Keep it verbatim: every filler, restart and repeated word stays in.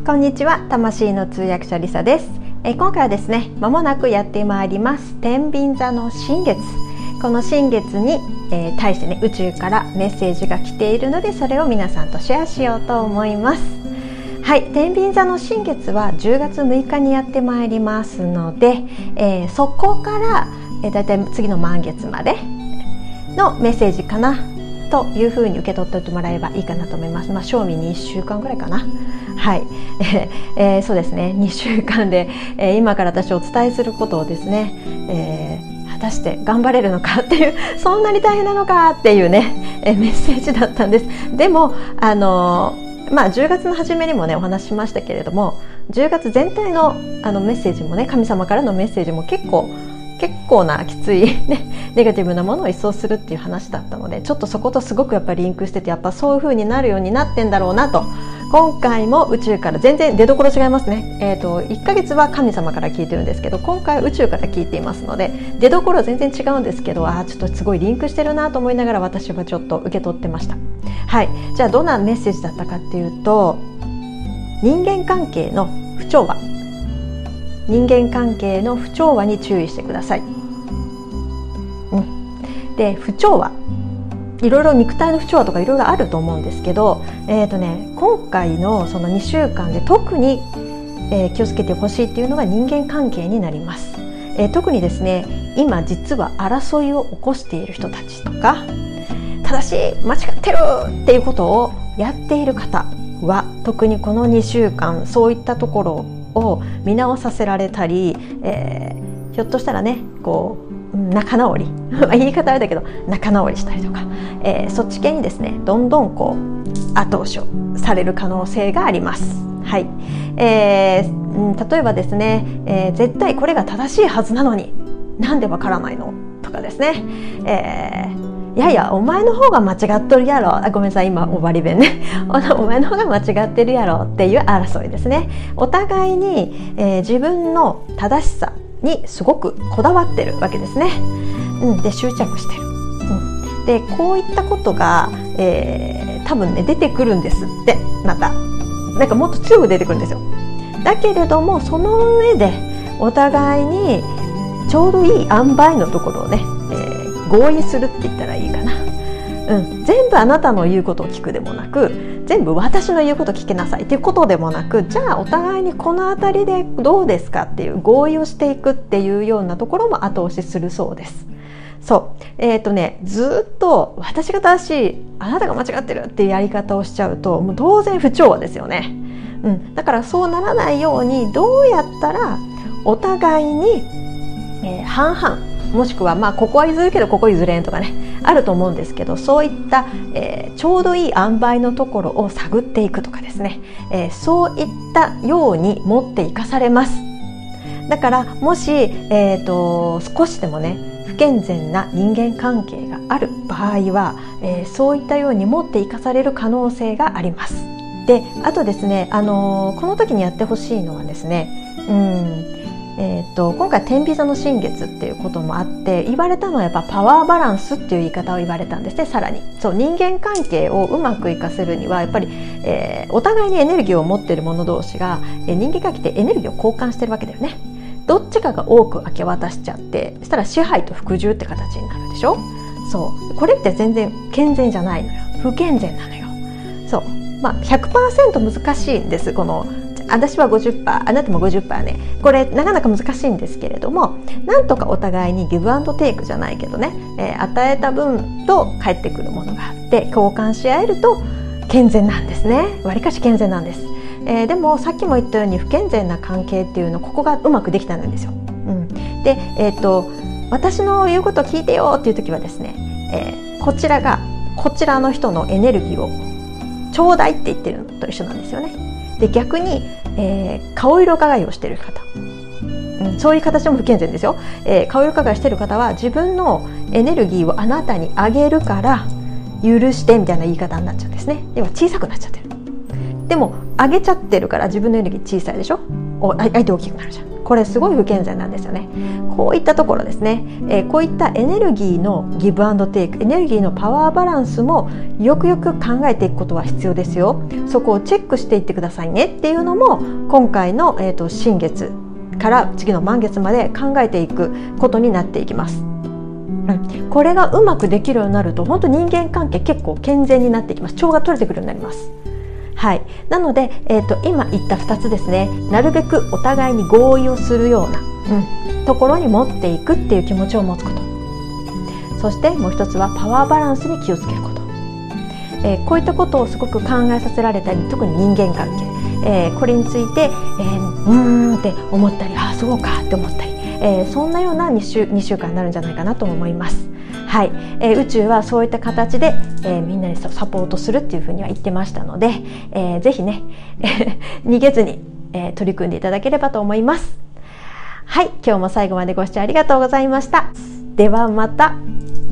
こんにちは、魂の通訳者リサです。え今回はですね、間もなくやってまいります天秤座の新月。この新月に、えー、対してね、宇宙からメッセージが来ているので、それを皆さんとシェアしようと思います。はい、天秤座の新月はじゅうがつむいかにやってまいりますので、えー、そこから、えー、だいたい次の満月までのメッセージかなというふうに受け取っておいてもらえればいいかなと思います。まあ、賞味にしゅうかんぐらいかな。はい、えー、そうですね、にしゅうかんで、えー、今から私お伝えすることをですね、えー、果たして頑張れるのかっていう、そんなに大変なのかっていうね、えー、メッセージだったんです。でもあのー、まあ、じゅうがつの初めにもねお話ししましたけれども、じゅうがつ全体のあのメッセージもね、神様からのメッセージも結構結構なきつい、ね、ネガティブなものを一掃するっていう話だったので、ちょっとそことすごくやっぱりリンクしてて、やっぱそういう風になるようになってんだろうなと。今回も宇宙から全然出どころ違いますね。えーと、いっかげつは神様から聞いてるんですけど、今回は宇宙から聞いていますので、出どころは全然違うんですけど、あーちょっとすごいリンクしてるなと思いながら私はちょっと受け取ってました。はい、じゃあどんなメッセージだったかっていうと、人間関係の不調和人間関係の不調和に注意してください。うん、で、不調和、いろいろ肉体の不調和とかいろいろあると思うんですけど、えーとね、今回のそのにしゅうかんで特に、えー、気をつけてほしいっていうのが人間関係になります。えー、特にですね、今実は争いを起こしている人たちとか、正しい間違ってるっていうことをやっている方は、特にこのにしゅうかんそういったところを見直させられたり、えー、ひょっとしたらね、こう仲直り言い方あれだけど仲直りしたりとか、えー、そっち系にですね、どんどんこう後押しをされる可能性があります。はい、えー、例えばですね、えー、絶対これが正しいはずなのになんでわからないのとかですね、えーいやいやお前の方が間違ってるやろ、あごめんなさい今おばり弁ねお前の方が間違ってるやろっていう争いですね。お互いに、えー、自分の正しさにすごくこだわってるわけですね。うん、で執着してる、うん、でこういったことが、えー、多分ね出てくるんですって。またなんかもっと強く出てくるんですよ。だけれどもその上でお互いにちょうどいい塩梅のところをね、えー合意するって言ったらいいかな、うん、全部あなたの言うことを聞くでもなく、全部私の言うことを聞きなさいっていうことでもなく、じゃあお互いにこのあたりでどうですかっていう合意をしていくっていうようなところも後押しするそうです。そう、えーとね、ずっと私が正しいあなたが間違ってるっていうやり方をしちゃうと、もう当然不調和ですよね。うん、だからそうならないようにどうやったらお互いに、えー、半々もしくはまあここは譲るけどここ譲れんとかね、あると思うんですけど、そういった、えー、ちょうどいい塩梅のところを探っていくとかですね、えー、そういったように持っていかされます。だからもし、えーと、少しでもね不健全な人間関係がある場合は、えー、そういったように持っていかされる可能性があります。で、あとですね、あのー、この時にやってほしいのはですね、うんえー、と今回天秤座の新月っていうこともあって、言われたのはやっぱパワーバランスっていう言い方を言われたんですね。さらにそう人間関係をうまくいかせるにはやっぱり、えー、お互いにエネルギーを持っている者同士が、えー、人間関係ってエネルギーを交換してるわけだよね。どっちかが多く明け渡しちゃって、そしたら支配と服従って形になるでしょ。そうこれって全然健全じゃないのよ。不健全なのよ。そう、まあ、ひゃくパーセント難しいんです。この私は ごじゅっパーセント あなたも ごじゅっパーセント ね、これなかなか難しいんですけれども、なんとかお互いにギブアンドテイクじゃないけどね、えー、与えた分と返ってくるものがあって交換し合えると健全なんですね。わりかし健全なんです。えー、でもさっきも言ったように不健全な関係っていうの、ここがうまくできたんですよ。うん、で、えーと、私の言うことを聞いてよっていう時はですね、えー、こちらがこちらの人のエネルギーをちょうだいって言ってるのと一緒なんですよね。で逆に、えー、顔色伺いをしている方、うん、そういう形も不健全ですよ。えー、顔色伺いしている方は自分のエネルギーをあなたにあげるから許してみたいな言い方になっちゃうんですね。要は小さくなっちゃってる。でもあげちゃってるから自分のエネルギー小さいでしょ。お相手大きくなるじゃん。 これすごい不健全なんですよね。こういったところですね、えー、こういったエネルギーのギブアンドテイク、エネルギーのパワーバランスもよくよく考えていくことは必要ですよ。そこをチェックしていってくださいねっていうのも今回の、えーと、新月から次の満月まで考えていくことになっていきます。これがうまくできるようになると本当人間関係結構健全になっていきます。調が取れてくるようになります。はい、なので、えーと、今言ったふたつですね、なるべくお互いに合意をするような、うん、ところに持っていくっていう気持ちを持つこと、そしてもう一つはパワーバランスに気をつけること、えー、こういったことをすごく考えさせられたり、特に人間関係、えー、これについて、えー、うーんって思ったり、ああそうかって思ったり、えー、そんなような 2, 週2週間になるんじゃないかなと思います。はい、えー、宇宙はそういった形で、えー、みんなにサポートするっていうふうには言ってましたので、えー、ぜひね逃げずに、えー、取り組んでいただければと思います。はい、今日も最後までご視聴ありがとうございました。ではまた。